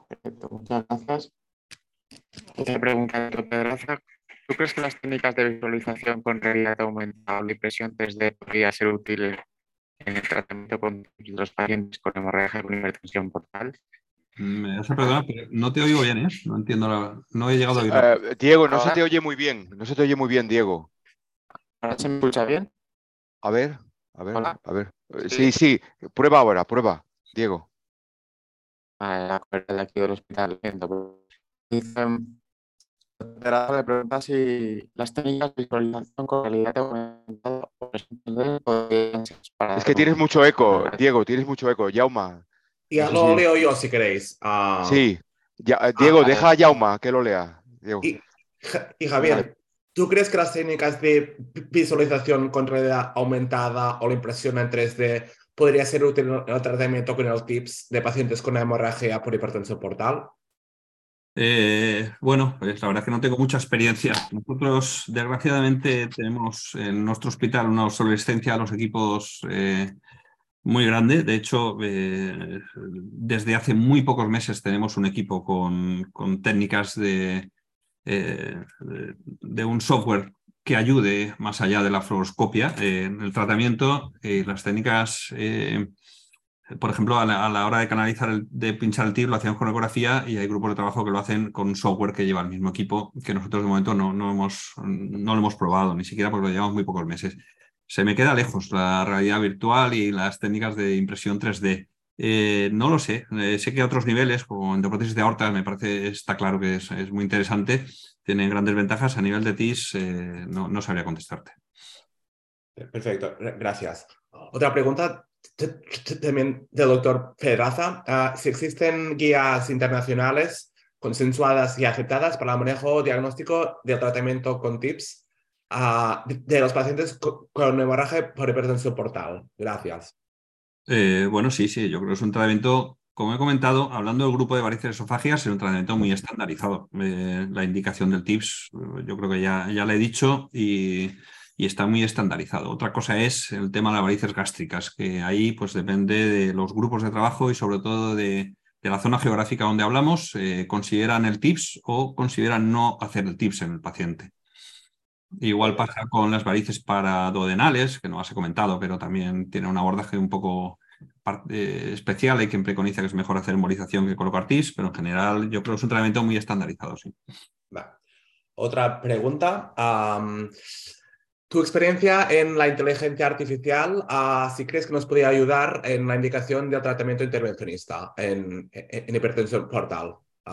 Perfecto, muchas gracias. Otra pregunta de Pedraza. ¿Tú crees que las técnicas de visualización con realidad aumentada o la impresión 3D podría ser útiles en el tratamiento con los pacientes con hemorragia con hipertensión portal? Me vas a perdonar, pero no te oigo bien, ¿eh? No entiendo, no he llegado a oírlo. Diego, no se Ahora, te oye muy bien. No se te oye muy bien, Diego. ¿ahora se me escucha bien? A ver, a ver, Hola. a ver. Sí, Sí. sí. Prueba ahora, prueba, Diego. Vale, la cobertura de aquí del hospital. Dice, le pregunta si las técnicas de visualización con realidad aumentada o impresión 3D podrían ser para Es que tienes mucho eco, Diego, tienes mucho eco. Yauma, no Ya sé lo si... leo yo si queréis. Sí, Diego, vale. deja a Yauma que lo lea. Diego. Y, y Vale. Javier, ¿tú crees que las técnicas de visualización con realidad aumentada o la impresión en 3D podría ser útil en el tratamiento con el TIPS de pacientes con hemorragia por hipertensión portal? Bueno, pues la verdad es que no tengo mucha experiencia. Nosotros, desgraciadamente, tenemos en nuestro hospital una obsolescencia de los equipos muy grande. De hecho, desde hace muy pocos meses tenemos un equipo con técnicas de un software que ayude más allá de la fluoroscopia en el tratamiento. Las técnicas, por ejemplo, a la hora de canalizar, de pinchar el TIR, lo hacemos con ecografía y hay grupos de trabajo que lo hacen con un software que lleva el mismo equipo, que nosotros de momento no lo hemos probado, ni siquiera porque lo llevamos muy pocos meses. Se me queda lejos la realidad virtual y las técnicas de impresión 3D. No lo sé. Sé que a otros niveles, como endoprótesis de aorta, me parece, está claro que es muy interesante. Tiene grandes ventajas. A nivel de TIS, no sabría contestarte. Perfecto, gracias. Otra pregunta también del doctor Pedraza. Si existen guías internacionales consensuadas y aceptadas para el manejo diagnóstico del tratamiento con TIPS de los pacientes con hemorragia por hipertensión portal. Gracias. Bueno, sí, yo creo que es un tratamiento, como he comentado, hablando del grupo de varices esofágeas, es un tratamiento muy estandarizado. La indicación del TIPS, yo creo que ya la he dicho y está muy estandarizado. Otra cosa es el tema de las varices gástricas, que ahí pues depende de los grupos de trabajo y sobre todo de la zona geográfica donde hablamos, consideran el TIPS o consideran no hacer el TIPS en el paciente. Igual pasa con las varices paraduodenales, que no has comentado, pero también tiene un abordaje un poco especial. Hay quien preconiza que es mejor hacer embolización que colocar TIPS, pero en general yo creo que es un tratamiento muy estandarizado, sí. Va. Otra pregunta. Tu experiencia en la inteligencia artificial, si crees que nos podría ayudar en la indicación del tratamiento intervencionista en hipertensión portal.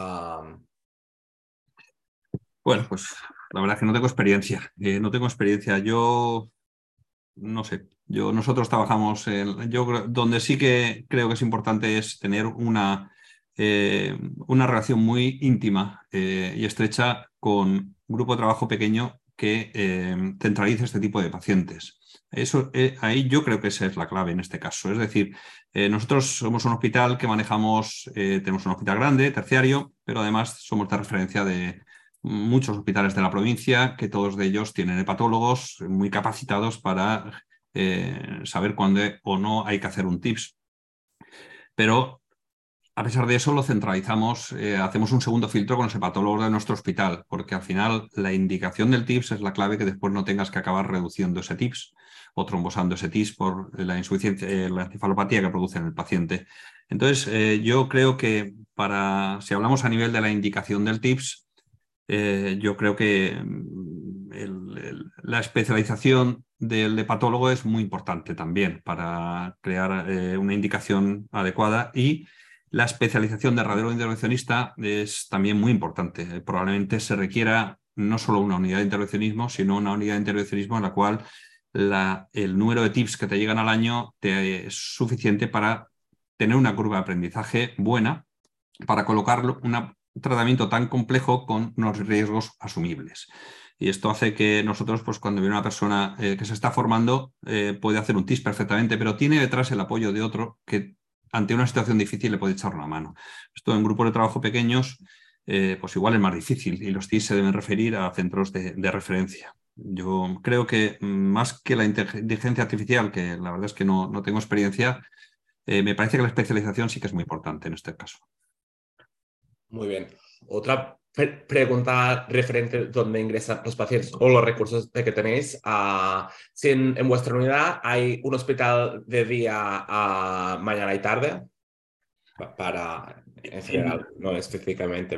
Bueno, pues la verdad es que no tengo experiencia. No tengo experiencia. Yo no sé. Nosotros trabajamos donde sí que creo que es importante es tener una relación muy íntima y estrecha con un grupo de trabajo pequeño que centralice este tipo de pacientes. Eso, ahí yo creo que esa es la clave en este caso. Es decir, nosotros somos un hospital que manejamos, tenemos un hospital grande, terciario, pero además somos de referencia de muchos hospitales de la provincia, que todos de ellos tienen hepatólogos muy capacitados para saber cuándo o no hay que hacer un TIPS. Pero a pesar de eso, lo centralizamos, hacemos un segundo filtro con los hepatólogos de nuestro hospital, porque al final la indicación del TIPS es la clave, que después no tengas que acabar reduciendo ese TIPS o trombosando ese TIPS por la insuficiencia, la encefalopatía que produce en el paciente. Entonces, yo creo que si hablamos a nivel de la indicación del TIPS, yo creo que la especialización del hepatólogo es muy importante también para crear una indicación adecuada, y la especialización de radiólogo intervencionista es también muy importante. Probablemente se requiera no solo una unidad de intervencionismo, sino una unidad de intervencionismo en la cual el número de TIPS que te llegan al año es suficiente para tener una curva de aprendizaje buena, para colocarlo un tratamiento tan complejo con unos riesgos asumibles. Y esto hace que nosotros, pues cuando viene una persona que se está formando, puede hacer un TIS perfectamente, pero tiene detrás el apoyo de otro que ante una situación difícil le puede echar una mano. Esto en grupos de trabajo pequeños, pues igual es más difícil, y los TIS se deben referir a centros de referencia. Yo creo que más que la inteligencia artificial, que la verdad es que no tengo experiencia, me parece que la especialización sí que es muy importante en este caso. Muy bien. Otra pregunta referente donde ingresan los pacientes o los recursos que tenéis. Si en vuestra unidad hay un hospital de día, mañana y tarde, en general, no específicamente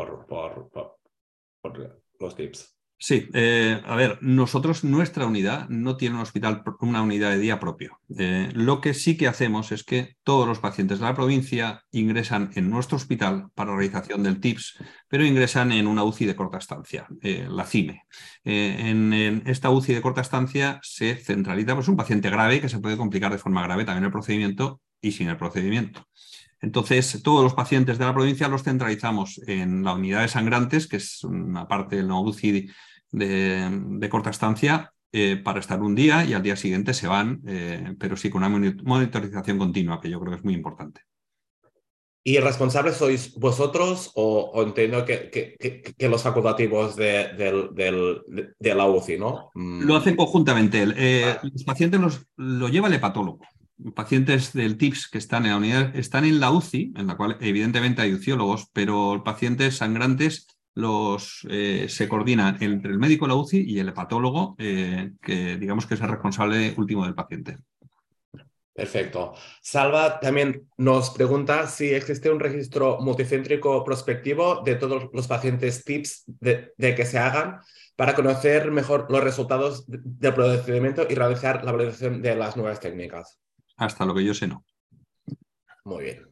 por los tips. Sí, a ver, nuestra unidad no tiene un hospital, una unidad de día propio. Lo que sí que hacemos es que todos los pacientes de la provincia ingresan en nuestro hospital para realización del TIPS, pero ingresan en una UCI de corta estancia, la CIME. En esta UCI de corta estancia se centraliza pues, un paciente grave que se puede complicar de forma grave también el procedimiento y sin el procedimiento. Entonces, todos los pacientes de la provincia los centralizamos en la unidad de sangrantes, que es una parte de la UCI de corta estancia, para estar un día y al día siguiente se van, pero sí con una monitorización continua, que yo creo que es muy importante. ¿Y responsables sois vosotros o entiendo que los facultativos de la UCI, ¿no? Lo hacen conjuntamente. Los pacientes lo lleva el hepatólogo. Pacientes del TIPS que están en la unidad están en la UCI, en la cual evidentemente hay uciólogos, pero pacientes sangrantes se coordinan entre el médico de la UCI y el hepatólogo, que digamos que es el responsable último del paciente. Perfecto. Salva también nos pregunta si existe un registro multicéntrico prospectivo de todos los pacientes TIPS de que se hagan para conocer mejor los resultados del procedimiento y realizar la validación de las nuevas técnicas. Hasta lo que yo sé, no. Muy bien.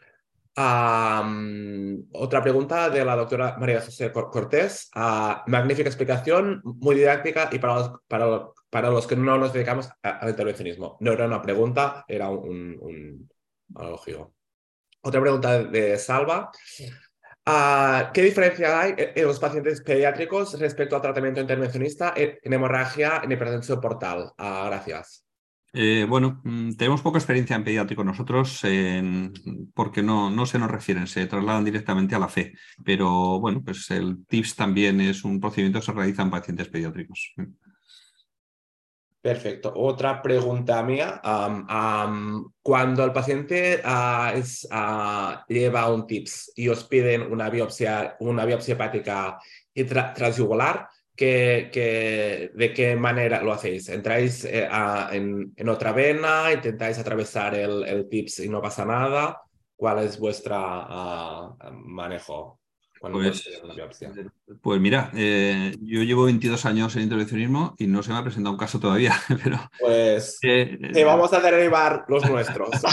Otra pregunta de la doctora María José Cortés. Magnífica explicación, muy didáctica y para los que no nos dedicamos al intervencionismo. No era una pregunta, era un elogio. Otra pregunta de Salva. ¿Qué diferencia hay en los pacientes pediátricos respecto al tratamiento intervencionista en hemorragia en hipertensión portal? Gracias. Bueno, tenemos poca experiencia en pediátrico nosotros porque no se nos refieren, se trasladan directamente a la fe. Pero bueno, pues el TIPS también es un procedimiento que se realiza en pacientes pediátricos. Perfecto. Otra pregunta mía. Cuando el paciente lleva un TIPS y os piden una biopsia hepática y transyugular, ¿de qué manera lo hacéis? ¿Entráis en otra vena? ¿Intentáis atravesar el TIPS y no pasa nada? ¿Cuál es vuestro manejo cuando Pues, piden una biopsia? pues mira, yo llevo 22 años en intervencionismo y no se me ha presentado un caso todavía, pero... Pues te vamos a derivar los nuestros.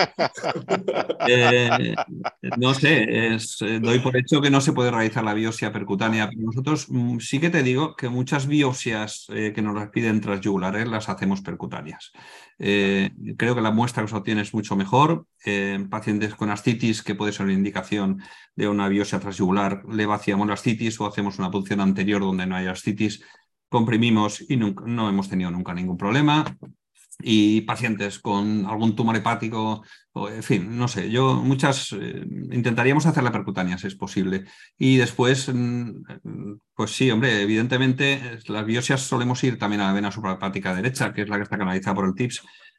Eh, no sé, doy por hecho que no se puede realizar la biopsia percutánea, pero nosotros sí que te digo que muchas biopsias que nos las piden transyugulares las hacemos percutáneas. Creo que la muestra que se obtiene es mucho mejor. Pacientes con ascitis, que puede ser una indicación de una biopsia transyugular, le vaciamos la ascitis o hacemos una punción anterior donde no hay ascitis, comprimimos y no hemos tenido nunca ningún problema. Y pacientes con algún tumor hepático, en fin, no sé, intentaríamos hacer la percutánea si es posible. Y después, pues sí, hombre, evidentemente las biopsias solemos ir también a la vena suprahepática derecha, que es la que está canalizada por el TIPS.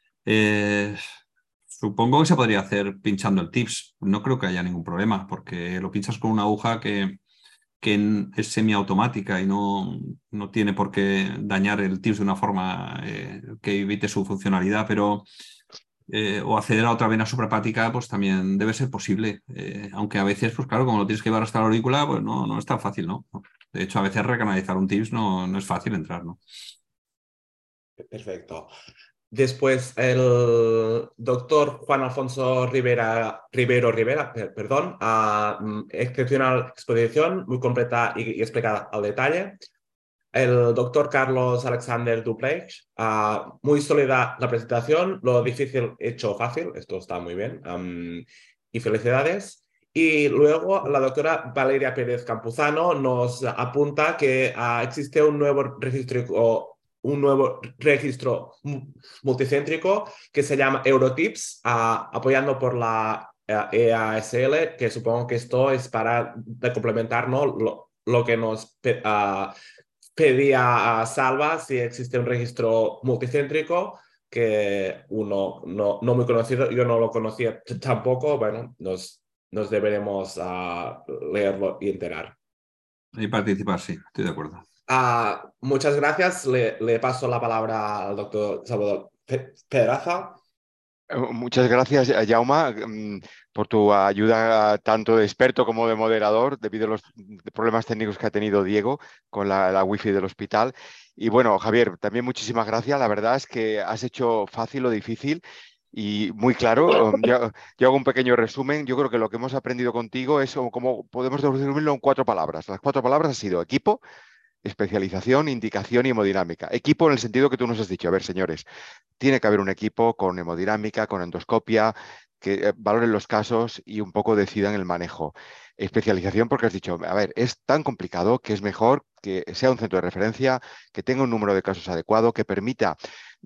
Supongo que se podría hacer pinchando el TIPS, no creo que haya ningún problema, porque lo pinchas con una aguja que es semiautomática y no tiene por qué dañar el TIPS de una forma que evite su funcionalidad, pero o acceder a otra vena suprahepática, pues también debe ser posible. Aunque a veces, pues claro, como lo tienes que llevar hasta la aurícula, pues no es tan fácil, ¿no? De hecho, a veces recanalizar un TIPS no es fácil entrar, ¿no? Perfecto. Después, el doctor Juan Alfonso Rivera, perdón, excepcional exposición, muy completa y explicada al detalle. El doctor Carlos Alexander Dupleix, muy sólida la presentación, lo difícil hecho fácil, esto está muy bien, y felicidades. Y luego la doctora Valeria Pérez Campuzano nos apunta que existe un nuevo registro multicéntrico que se llama Eurotips, apoyando por la EASL, que supongo que esto es para complementar, ¿no? lo que nos pedía a Salva si existe un registro multicéntrico, que uno no muy conocido, yo no lo conocía tampoco, bueno, nos nos deberemos leerlo y enterar. Y participar, sí, estoy de acuerdo. Muchas gracias. Le paso la palabra al doctor Salvador Pedraza. Muchas gracias, Jauma, por tu ayuda tanto de experto como de moderador, debido a los problemas técnicos que ha tenido Diego con la wifi del hospital. Y bueno, Javier, también muchísimas gracias. La verdad es que has hecho fácil lo difícil y muy claro. Yo hago un pequeño resumen. Yo creo que lo que hemos aprendido contigo es cómo podemos resumirlo en 4 palabras. Las 4 palabras han sido equipo, especialización, indicación y hemodinámica. Equipo en el sentido que tú nos has dicho. A ver, señores, tiene que haber un equipo con hemodinámica, con endoscopia, que valoren los casos y un poco decidan el manejo. Especialización porque has dicho, a ver, es tan complicado que es mejor que sea un centro de referencia, que tenga un número de casos adecuado, que permita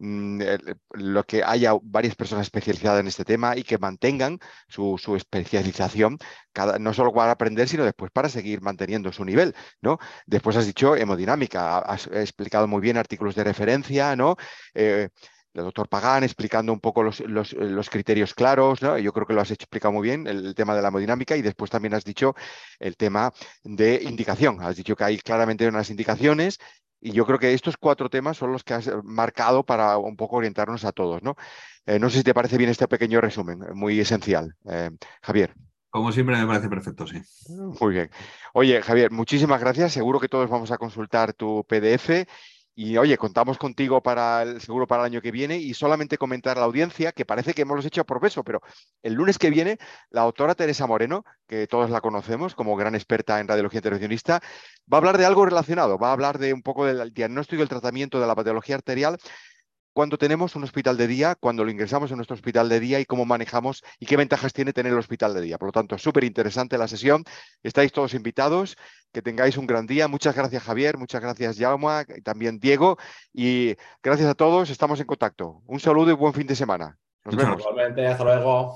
lo que haya varias personas especializadas en este tema y que mantengan su especialización, no solo para aprender, sino después para seguir manteniendo su nivel, ¿no? Después has dicho hemodinámica, has explicado muy bien artículos de referencia, ¿no? El doctor Pagán explicando un poco los criterios claros, ¿no? Yo creo que lo has explicado muy bien, el tema de la hemodinámica, y después también has dicho el tema de indicación. Has dicho que hay claramente unas indicaciones y yo creo que estos 4 temas son los que has marcado para un poco orientarnos a todos, ¿no? No sé si te parece bien este pequeño resumen, muy esencial. Javier. Como siempre me parece perfecto, sí. Muy bien. Oye, Javier, muchísimas gracias. Seguro que todos vamos a consultar tu PDF. Y oye, contamos contigo seguro para el año que viene y solamente comentar a la audiencia que parece que hemos hecho por beso, pero el lunes que viene la doctora Teresa Moreno, que todos la conocemos como gran experta en radiología intervencionista, va a hablar de algo relacionado, va a hablar de un poco del diagnóstico y el tratamiento de la patología arterial cuando tenemos un hospital de día, cuando lo ingresamos en nuestro hospital de día y cómo manejamos y qué ventajas tiene tener el hospital de día. Por lo tanto, súper interesante la sesión. Estáis todos invitados. Que tengáis un gran día. Muchas gracias, Javier. Muchas gracias, Jaume, y también Diego. Y gracias a todos. Estamos en contacto. Un saludo y buen fin de semana. Nos Muchas vemos. gracias. Igualmente, hasta luego.